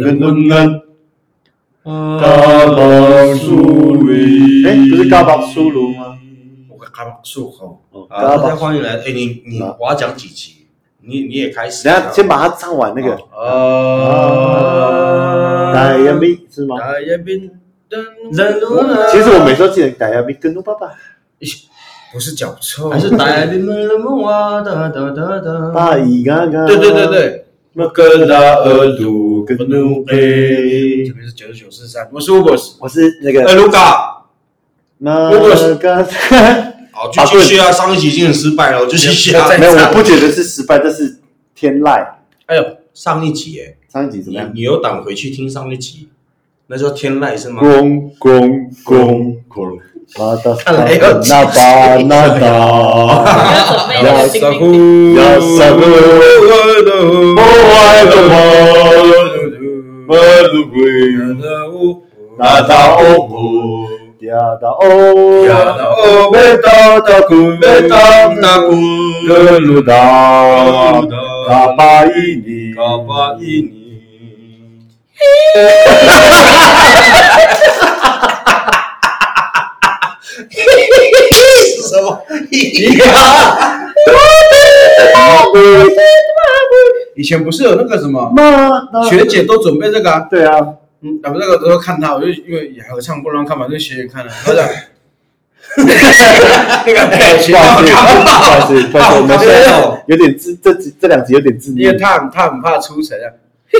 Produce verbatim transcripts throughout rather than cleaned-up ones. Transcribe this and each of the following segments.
人人人。嘎巴苏里，哎，不是嘎巴苏鲁吗？ 我嘎巴苏口。 啊，大家欢迎来。哎，你你我要讲几集？你你也开始。 等下先把它唱完那个。 啊， 大雁兵是吗？ 大雁兵， 其实我每次都记得大雁兵跟路爸爸。 不是讲错， 还是大雁兵们的梦啊，哒哒哒哒。 大一嘎嘎。 对对对对。 那个拉尔杜跟努贝， 这边是九十九四三，我是 Ubers， 我是那个哎卢卡， 那个好，就继续啊，上一集已经很失败了，我就继续啊。 没有，我不觉得是失败，这是天籁。 哎呦，上一集哎， 上一集怎么样？ 你有胆回去听上一集？那叫天籁是吗？ 咣咣咣咣。 看来要那巴那达， 要萨呼要萨呼，我爱的马，马路龟，那达欧布，呀达欧， 呀达欧， 贝达达库，贝达达库，格鲁达，卡巴伊尼， 卡巴伊尼。什么？ 以前不是有那个什么学姐都准备这个啊？ 对啊， 嗯，啊不，那个都看他，我就因为也合唱不让看嘛，就学姐看了，他讲，那个不好意思，不好意思，不好意思，我们现在有点自这这两集有点自虐， 因为他很他很怕出城啊。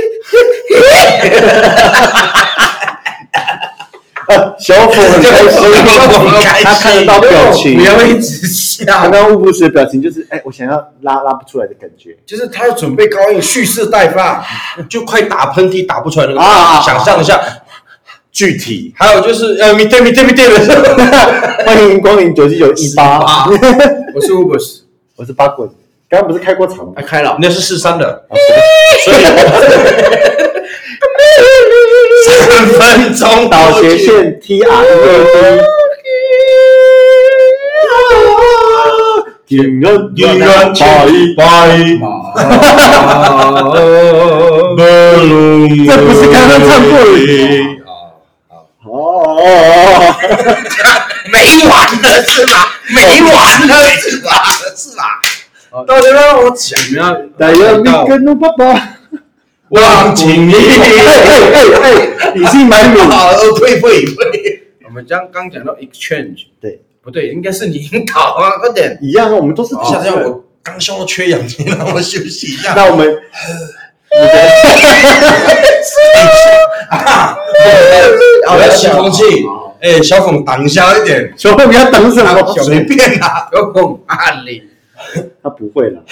呃，小虎很开心，他看得到表情， 不要一直笑。 刚刚乌布斯的表情就是，哎，我想要拉拉不出来的感觉， 就是他要准备高音蓄势待发， 就快打喷嚏打不出来那个， 啊， 想象一下， 具体。 还有就是呃，米对米对米对的， 欢迎光临九七九一八， 我是 Ubers， 我是八棍，刚刚不是开过场吗？ 开了， 那是四三的， 所以。 三分钟导斜线 T R E D， 竟然竟然拜拜， 这不是刚刚唱过的哦， 没完了是吧？没完了是吧？是吧？到底让我讲啊？ 大雁兵跟路爸爸。 忘情你， 哎哎哎，你是买米？ 好，呸呸呸！ 我们刚刚讲到 exchange， 对， 不对，应该是你引导啊，快点。 一样啊，我们都是。 下这样我刚消了缺氧，你让我休息一下。 那我们， 我要吸空气。哎，小凤挡下一点。 小凤你要等什么？ 随便啦， 小凤阿里， 他不会了。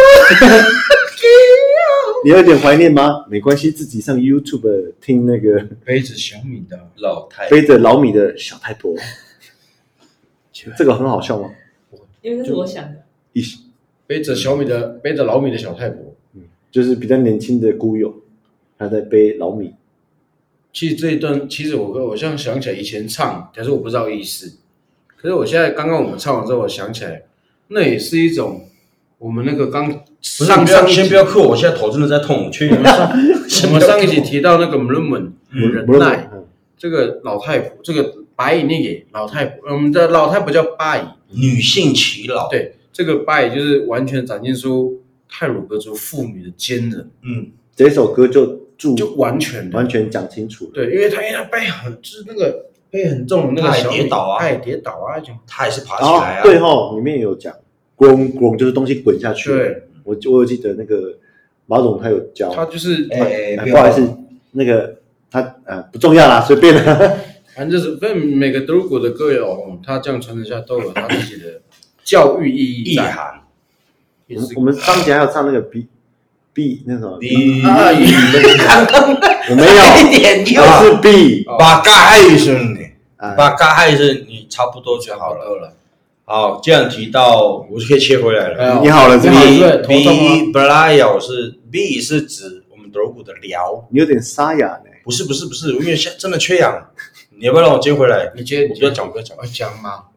你有点怀念吗？没关系，自己上 YouTube 听那个背着小米的老太， 背着老米的小太婆，这个很好笑吗？ 因为这是我想的。 背着小米的背着老米的小太婆， 嗯，就是比较年轻的孤友，他在背老米。 其实这一段，其实我我现在想起来以前唱，可是我不知道意思。可是我现在刚刚我们唱完之后，我想起来，那也是一种我们那个刚。 上上先不要克我，我现在头真的在痛，我去。 我们上一集提到那个 Mlumen 忍耐，这个老太婆，这个白蚁那个老太婆，我们的老太婆叫巴蚁， 女性耆老。 对，这个巴蚁就是完全展现出太鲁阁族妇女的坚韧。 嗯， 这首歌就注就完全完全讲清楚了。 对，因为他因为他背很就是那个背很重的那个小他也跌倒啊， 他也跌倒啊，就他也是爬起来啊。 对吼，里面有讲，咣咣就是东西滚下去。 对。 我我有记得那个马总他有教， 他就是哎、 欸，不好意思，那个他呃不重要啦，随便啦。 反正就是，每个德鲁古的歌谣，他这样传承下都有他自己的教育意义在。 意涵。 我们上集还有唱那个 B B 那种 B， 我没有， 一点用， 我是 B， 把嘎害声你，把嘎害声你差不多就好了。好，既然提到，我就可以切回来了。 你好了，这个 B B 拉咬是 B 是指我们德鲁古的辽， 你有点沙哑呢。 不是不是不是，因为现在真的缺氧，你要不要让我接回来？ 你接， 我不要讲不要讲， 我讲吗？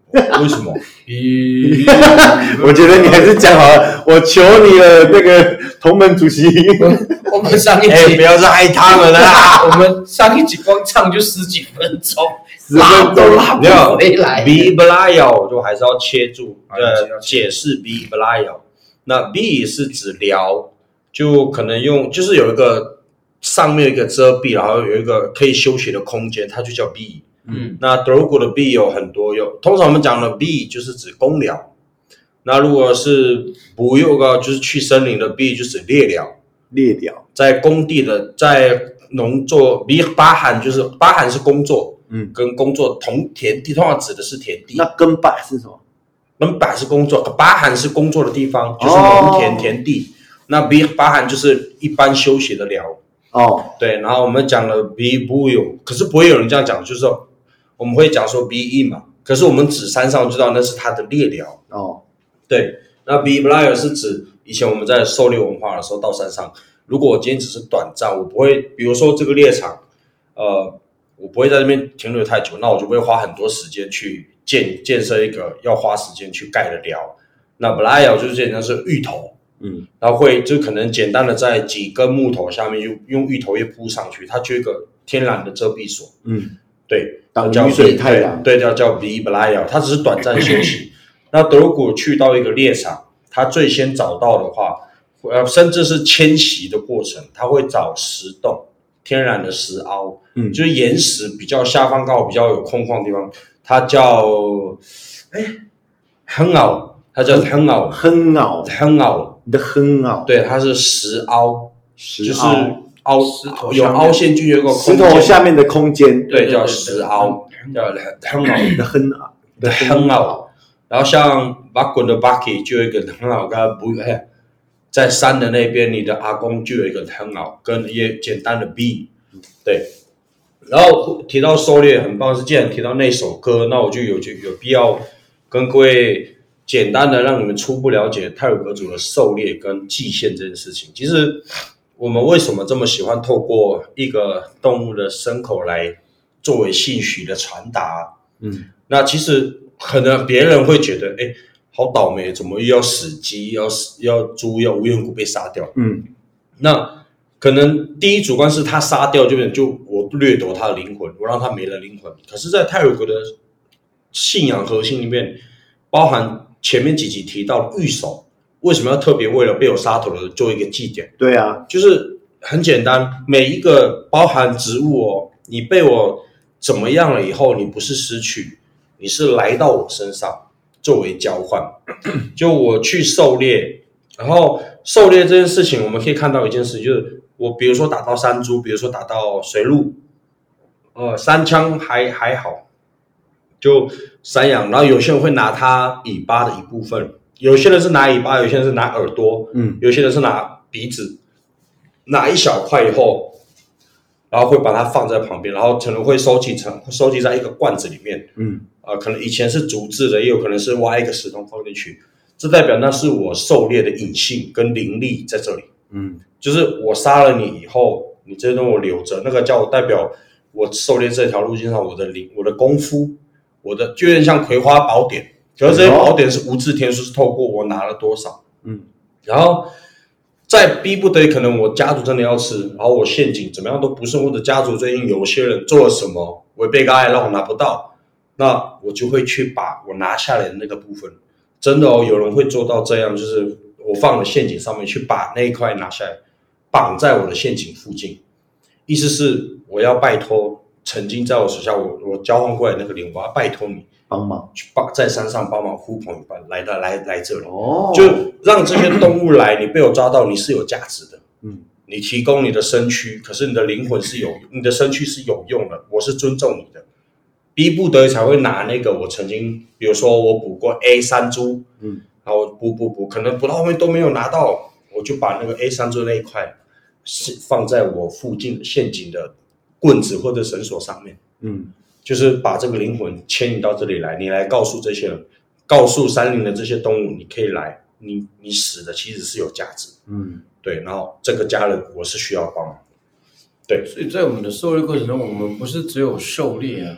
为什么？ 我觉得你还是讲好了，我求你了，那个同门主席。 我们上一集、 欸、不要再害他们啦！ 我们上一集光唱就十几分钟， 十分钟拉不回来。 B 不拉咬就还是要切住，呃，解释 B 不拉咬。那 B 是指聊，就可能用，就是有一个上面有一个遮蔽，然后有一个可以休息的空间，它就叫 B。嗯，那德国的 B 有很多，有通常我们讲的 B 就是指公聊。那如果是不用个，就是去森林的 B 就是猎聊。 猎聊， 在工地的，在农作 B 巴罕就是巴罕是工作，嗯，跟工作同田地，通常指的是田地。 那跟巴是什么？ 跟巴是工作，巴罕是工作的地方，就是农田、哦、田地。那 B 巴罕就是一般休息的聊。哦，对，然后我们讲了 B 不有，可是不会有人这样讲，就是说我们会讲说 B 一嘛，可是我们指山上知道那是他的猎聊。哦，对，那 B 不拉是指。以前我们在狩猎文化的时候，到山上，如果我今天只是短暂，我不会，比如说这个猎场，呃，我不会在那边停留太久，那我就会花很多时间去建建设一个要花时间去盖的寮。那布拉窑就是简单是芋头，嗯，然后会就可能简单的在几根木头下面用用芋头叶铺上去，它就一个天然的遮蔽所，嗯，对， 挡雨水太阳， 对，叫叫 B 布拉窑，它只是短暂休息。那德国去到一个猎场。他最先找到的话，呃，甚至是迁徙的过程，他会找石洞，天然的石凹，嗯，就是岩石比较下方刚好比较有空旷的地方，它叫，哎，亨凹，它叫亨凹， 亨凹， 亨凹， 你的亨凹， 对，它是石凹， 石凹，就是凹石头有凹陷进去有个石头下面的空间， 对，叫石凹，叫亨凹， 你的亨凹， 的亨凹。然后像巴滚的巴 K 就有一个很好，跟不在山的那边，你的阿公就有一个很好，跟也简单的 B， 对。然后提到狩猎很棒，是既然提到那首歌，那我就有就有必要跟各位简单的让你们初步了解泰鲁格族的狩猎跟祭献这件事情。其实我们为什么这么喜欢透过一个动物的牲口来作为信息的传达？嗯，那其实。可能别人会觉得，哎，好倒霉，怎么又要死鸡，要死要猪，要无缘无故被杀掉？嗯，那可能第一主观是他杀掉，就就我掠夺他的灵魂，我让他没了灵魂。可是，在泰鲁格的信仰核心里面，包含前面几集提到的御守，为什么要特别为了被我杀头的做一个祭典？ 对啊， 就是很简单，每一个包含植物哦，你被我怎么样了以后，你不是失去。你是来到我身上作为交换，就我去狩猎，然后狩猎这件事情，我们可以看到一件事，就是我比如说打到山猪，比如说打到水鹿，呃，山枪还还好，就山羊，然后有些人会拿它尾巴的一部分，有些人是拿尾巴，有些人是拿耳朵，嗯，有些人是拿鼻子，拿一小块以后。然后会把它放在旁边，然后可能会收集成收集在一个罐子里面，嗯，呃，可能以前是竹制的，也有可能是挖一个石头放进去，这代表那是我狩猎的隐性跟灵力在这里，嗯，就是我杀了你以后，你这东西我留着，那个叫我代表我狩猎这条路径上我的灵、我的功夫，我的就有点像葵花宝典，可是这些宝典是无字天书，是透过我拿了多少，嗯，然后。在逼不得已，可能我家族真的要吃，然后我陷阱怎么样都不顺，或者家族最近有些人做了什么违背该让我拿不到，那我就会去把我拿下来的那个部分，真的哦，有人会做到这样，就是我放了陷阱上面去把那一块拿下来，绑在我的陷阱附近，意思是我要拜托曾经在我手下我我交换过来那个灵，我要拜托你。 帮忙去帮在山上帮忙呼朋引伴来的来来这里，哦，就让这些动物来，你被我抓到，你是有价值的，嗯，你提供你的身躯，可是你的灵魂是有，你的身躯是有用的，我是尊重你的，逼不得已才会拿那个我曾经，比如说我捕过 A 山猪，嗯，然后捕捕捕，可能捕到后面都没有拿到，我就把那个 A 山猪那一块是放在我附近陷阱的棍子或者绳索上面，嗯。就是把这个灵魂牵引到这里来，你来告诉这些人，告诉山林的这些动物，你可以来，你你死的其实是有价值，嗯，对，然后这个家人我是需要帮忙，对， 所以在我们的狩猎过程中，我们不是只有狩猎啊，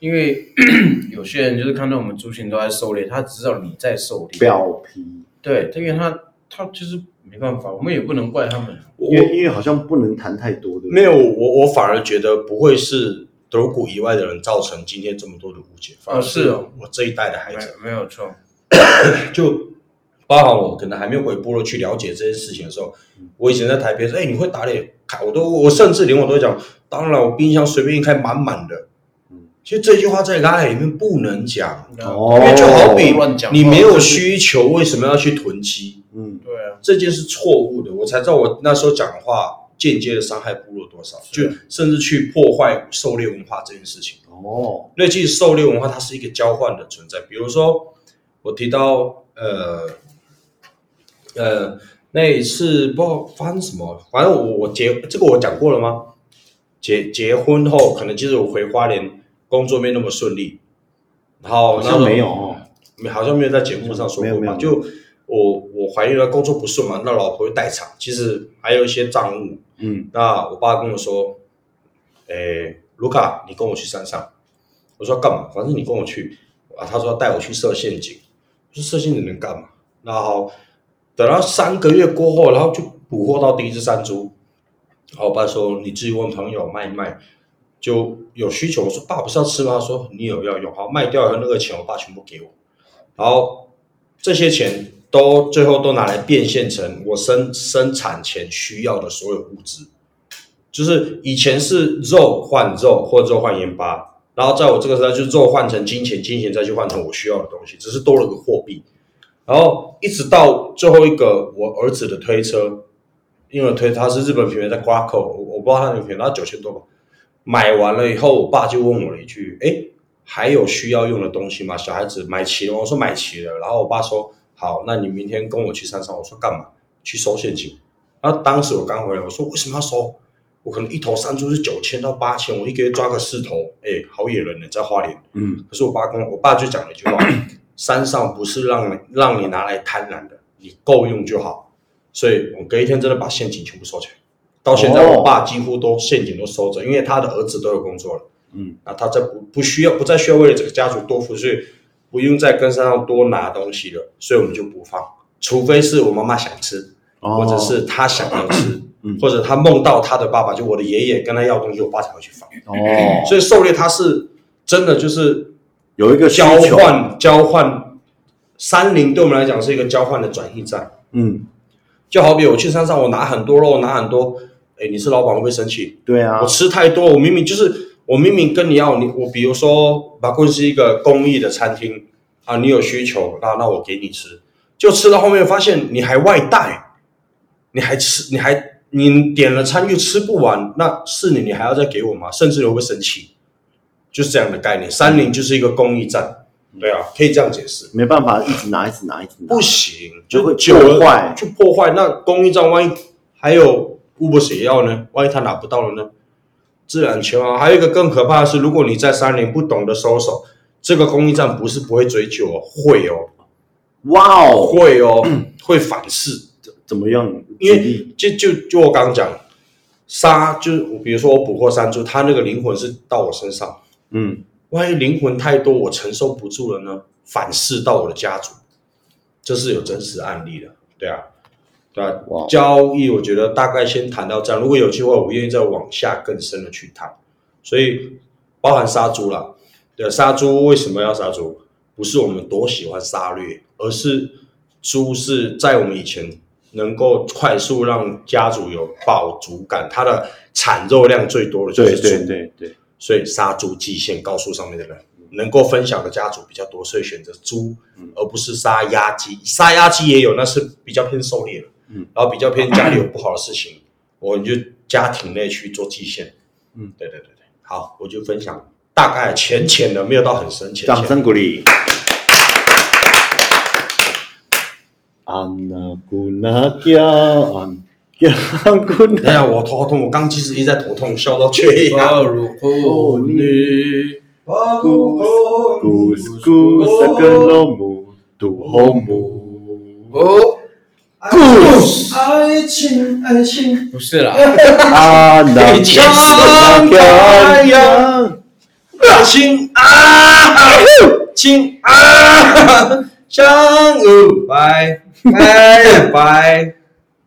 因为有些人就是看到我们族群都在狩猎，他知道你在狩猎， 表皮。 对，因为他他就是没办法，我们也不能怪他们， 因为因为好像不能谈太多的。 没有，我我反而觉得不会是德国以外的人造成今天这么多的误解，反而是我这一代的孩子， 没有错， 就包含我可能还没有回部落去了解这件事情的时候，我以前在台北说，哎、欸，你会打猎？我都我甚至连我都会讲，当然我冰箱随便一开满满的。其实这句话在拉海里面不能讲， 哦， 因为就好比你没有需求，为什么要去囤积？ 嗯，对啊， 这件是错误的。我才知道我那时候讲的话间接的伤害部落多少，就甚至去破坏狩猎文化这件事情。 哦， 因为其实狩猎文化它是一个交换的存在。比如说我提到呃呃那一次不知道发生什么，反正我我结这个我讲过了吗？结结婚后可能其实我回花莲。工作没那么顺利，然后好像没有哦， 好像没有在节目上说过吧？就我我怀孕了，工作不顺嘛，那老婆会代偿，其实还有一些账务。嗯，那我爸跟我说，诶，卢卡，你跟我去山上。我说干嘛？反正你跟我去啊。他说要带我去设陷阱。我说设陷阱能干嘛？然后等到三个月过后，然后就捕获到第一只山猪。然后我爸说，你自己问朋友卖一卖。就有需求，我说爸不是要吃吗？他说你有要用，好卖掉以后那个钱我爸全部给我，然后这些钱都最后都拿来变现成我生生产前需要的所有物资，就是以前是肉换肉或肉换盐巴，然后在我这个时代就是肉换成金钱，金钱再去换成我需要的东西，只是多了个货币，然后一直到最后一个我儿子的推车，因为推他是日本品牌在 Graco， 我我不知道他那个品牌，他九千多吧。买完了以后，我爸就问我了一句：“哎，还有需要用的东西吗？小孩子买齐了。”我说买齐了。然后我爸说：“好，那你明天跟我去山上。”我说干嘛？去收现金。然后当时我刚回来，我说为什么要收？我可能一头山猪是九千到八千，我一个月抓个四头，哎，好野人呢，在花莲。嗯。可是我爸跟我，我爸就讲了一句话：山上不是让让你拿来贪婪的，你够用就好。所以我隔一天真的把现金全部收起来。到现在，我爸几乎都现金都收着，因为他的儿子都有工作了，嗯，那他再不不需要不再需要为了这个家族多付，所以不用再跟山上多拿东西了，所以我们就不放，除非是我妈妈想吃，哦、或者是他想要吃，嗯，或者他梦到他的爸爸，就我的爷爷跟他要东西，我爸才会去放。哦，所以狩猎它是真的就是有一个交换交换，山林对我们来讲是一个交换的转移站，嗯，就好比我去山上，我拿很多肉，拿很多。哎，你是老板会不会生气？ 对啊， 我吃太多，我明明就是我明明跟你要你，我比如说马棍是一个公益的餐厅啊，你有需求，那那我给你吃，就吃到后面发现你还外带，你还吃，你还你点了餐又吃不完，那是你你还要再给我吗？甚至你会不会生气？就是这样的概念，山林就是一个公益站，对啊，可以这样解释。 没办法，一直拿，一直拿，一直拿， 不行， 就会破坏，就破坏。那公益站万一还有。Uber 也要呢？万一他拿不到了呢？自然情况。还有一个更可怕的是，如果你在山林不懂得收手，这个公益站不是不会追究哦，会哦。 哇哦， 会哦，会反噬。 怎么样？ 因为就就就我刚刚讲，杀就是比如说我捕获山猪，它那个灵魂是到我身上，嗯，万一灵魂太多，我承受不住了呢？反噬到我的家族，这是有真实案例的，对啊。对啊，交易我觉得大概先谈到这样，如果有机会，我愿意再往下更深的去谈。所以包含杀猪啦，对，杀猪为什么要杀猪？不是我们多喜欢杀掠，而是猪是在我们以前能够快速让家族有饱足感，它的产肉量最多的就是猪。 对对对对， 所以杀猪祭献，告诉上面的人。能够分享的家族比较多，所以选择猪，嗯、而不是杀鸭鸡。杀鸭鸡也有，那是比较偏狩猎了。嗯，然后比较偏家里有不好的事情，我们就家庭内去做祭献。嗯，对对对对，好，我就分享大概浅浅的，没有到很深浅。 掌声鼓励。安那古那家安安古那。 哎呀，我头痛，我刚其实一直在头痛，笑到缺牙。 哦你。 古古古萨格罗姆杜后姆哦， 故事爱情爱情不是啦， 啊那像太阳，爱情啊，亲啊，相互拜拜拜。